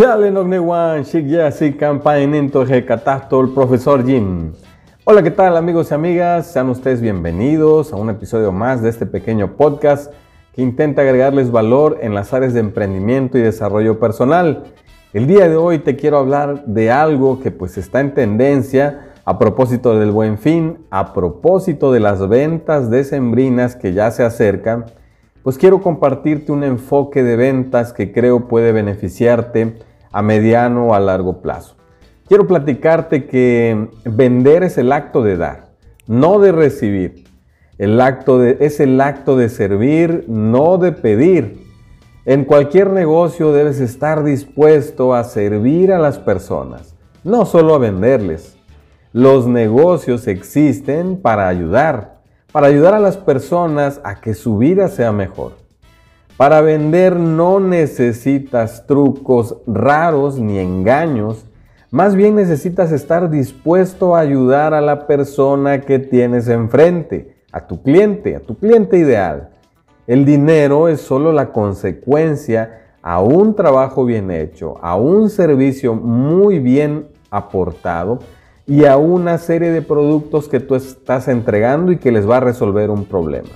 Yalen Ognewan, Shigyasi, Campainento, Hecatasto, el profesor Jim. Hola, ¿qué tal amigos y amigas? Sean ustedes bienvenidos a un episodio más de este pequeño podcast que intenta agregarles valor en las áreas de emprendimiento y desarrollo personal. El día de hoy te quiero hablar de algo que pues está en tendencia a propósito del Buen Fin, a propósito de las ventas decembrinas que ya se acercan. Pues quiero compartirte un enfoque de ventas que creo puede beneficiarte a mediano o a largo plazo. Quiero platicarte que vender es el acto de dar, no de recibir. Es el acto de servir, no de pedir. En cualquier negocio debes estar dispuesto a servir a las personas, no solo a venderles. Los negocios existen para ayudar a las personas a que su vida sea mejor. Para vender no necesitas trucos raros ni engaños, más bien necesitas estar dispuesto a ayudar a la persona que tienes enfrente, a tu cliente ideal. El dinero es solo la consecuencia a un trabajo bien hecho, a un servicio muy bien aportado y a una serie de productos que tú estás entregando y que les va a resolver un problema.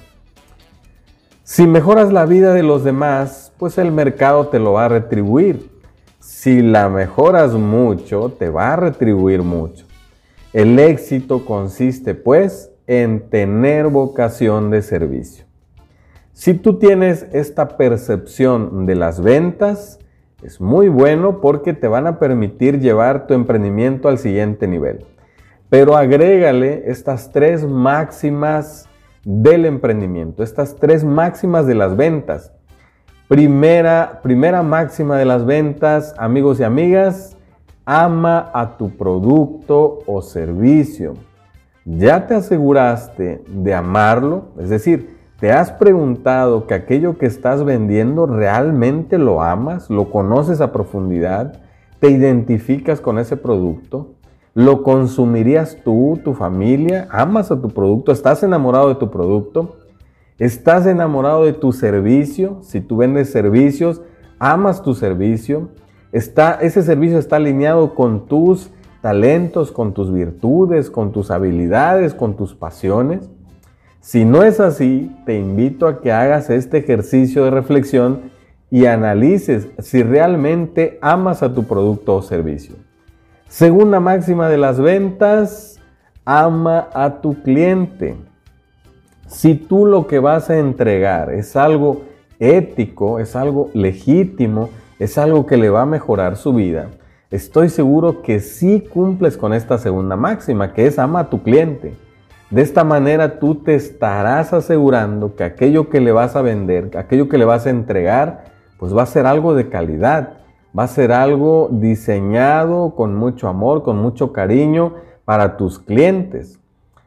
Si mejoras la vida de los demás, pues el mercado te lo va a retribuir. Si la mejoras mucho, te va a retribuir mucho. El éxito consiste, pues, en tener vocación de servicio. Si tú tienes esta percepción de las ventas, es muy bueno porque te van a permitir llevar tu emprendimiento al siguiente nivel. Pero agrégale estas tres máximas del emprendimiento, estas tres máximas de las ventas. Primera máxima de las ventas, amigos y amigas, ama a tu producto o servicio. ¿Ya te aseguraste de amarlo? Es decir, ¿te has preguntado que aquello que estás vendiendo realmente lo amas? ¿Lo conoces a profundidad? ¿Te identificas con ese producto? ¿Lo consumirías tú, tu familia? ¿Amas a tu producto? ¿Estás enamorado de tu producto? ¿Estás enamorado de tu servicio? Si tú vendes servicios, ¿amas tu servicio? ¿Ese servicio está alineado con tus talentos, con tus virtudes, con tus habilidades, con tus pasiones? Si no es así, te invito a que hagas este ejercicio de reflexión y analices si realmente amas a tu producto o servicio. Segunda máxima de las ventas, ama a tu cliente. Si tú lo que vas a entregar es algo ético, es algo legítimo, es algo que le va a mejorar su vida, estoy seguro que sí cumples con esta segunda máxima, que es ama a tu cliente. De esta manera tú te estarás asegurando que aquello que le vas a vender, aquello que le vas a entregar, pues va a ser algo de calidad, va a ser algo diseñado con mucho amor, con mucho cariño para tus clientes.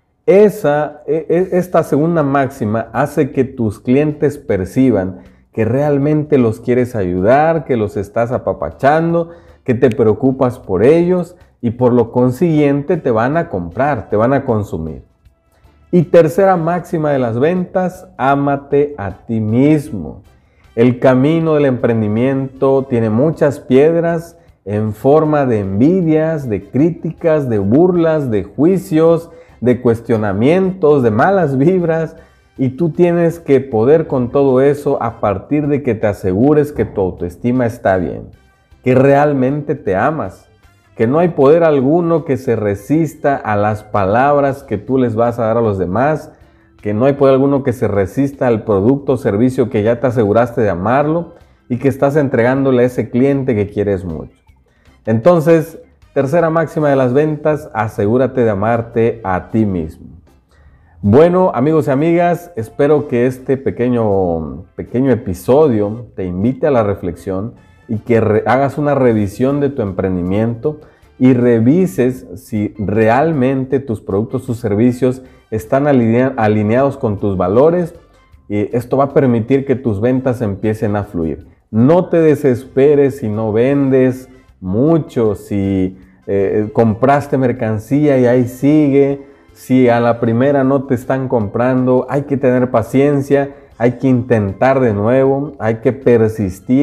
Esta segunda máxima hace que tus clientes perciban que realmente los quieres ayudar, que los estás apapachando, que te preocupas por ellos y por lo consiguiente te van a comprar, te van a consumir. Y tercera máxima de las ventas, ámate a ti mismo. El camino del emprendimiento tiene muchas piedras en forma de envidias, de críticas, de burlas, de juicios, de cuestionamientos, de malas vibras. Y tú tienes que poder con todo eso a partir de que te asegures que tu autoestima está bien, que realmente te amas, que no hay poder alguno que se resista a las palabras que tú les vas a dar a los demás, que no hay poder alguno que se resista al producto o servicio que ya te aseguraste de amarlo y que estás entregándole a ese cliente que quieres mucho. Entonces, tercera máxima de las ventas, asegúrate de amarte a ti mismo. Bueno, amigos y amigas, espero que este pequeño episodio te invite a la reflexión y que hagas una revisión de tu emprendimiento y revises si realmente tus productos, tus servicios están alineados con tus valores. Y esto va a permitir que tus ventas empiecen a fluir. No te desesperes si no vendes mucho, si compraste mercancía y ahí sigue, si a la primera no te están comprando, hay que tener paciencia, hay que intentar de nuevo, hay que persistir.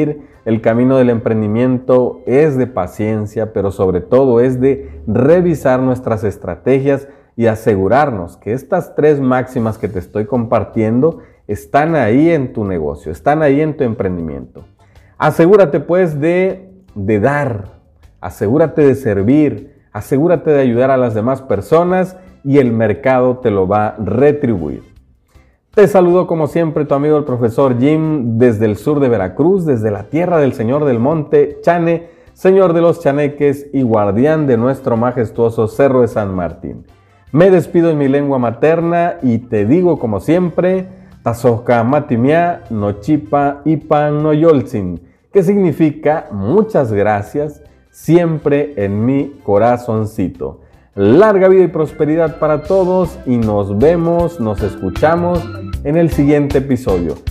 El camino del emprendimiento es de paciencia, pero sobre todo es de revisar nuestras estrategias y asegurarnos que estas 3 máximas que te estoy compartiendo están ahí en tu negocio, están ahí en tu emprendimiento. Asegúrate pues de dar, asegúrate de servir, asegúrate de ayudar a las demás personas y el mercado te lo va a retribuir. Te saludo como siempre tu amigo el profesor Jim desde el sur de Veracruz, desde la tierra del Señor del Monte, Chane, Señor de los Chaneques y guardián de nuestro majestuoso Cerro de San Martín. Me despido en mi lengua materna y te digo como siempre, Tazohka Matimia Nochipa Ipan Noyolzin, que significa muchas gracias, siempre en mi corazoncito. Larga vida y prosperidad para todos y nos vemos, nos escuchamos en el siguiente episodio.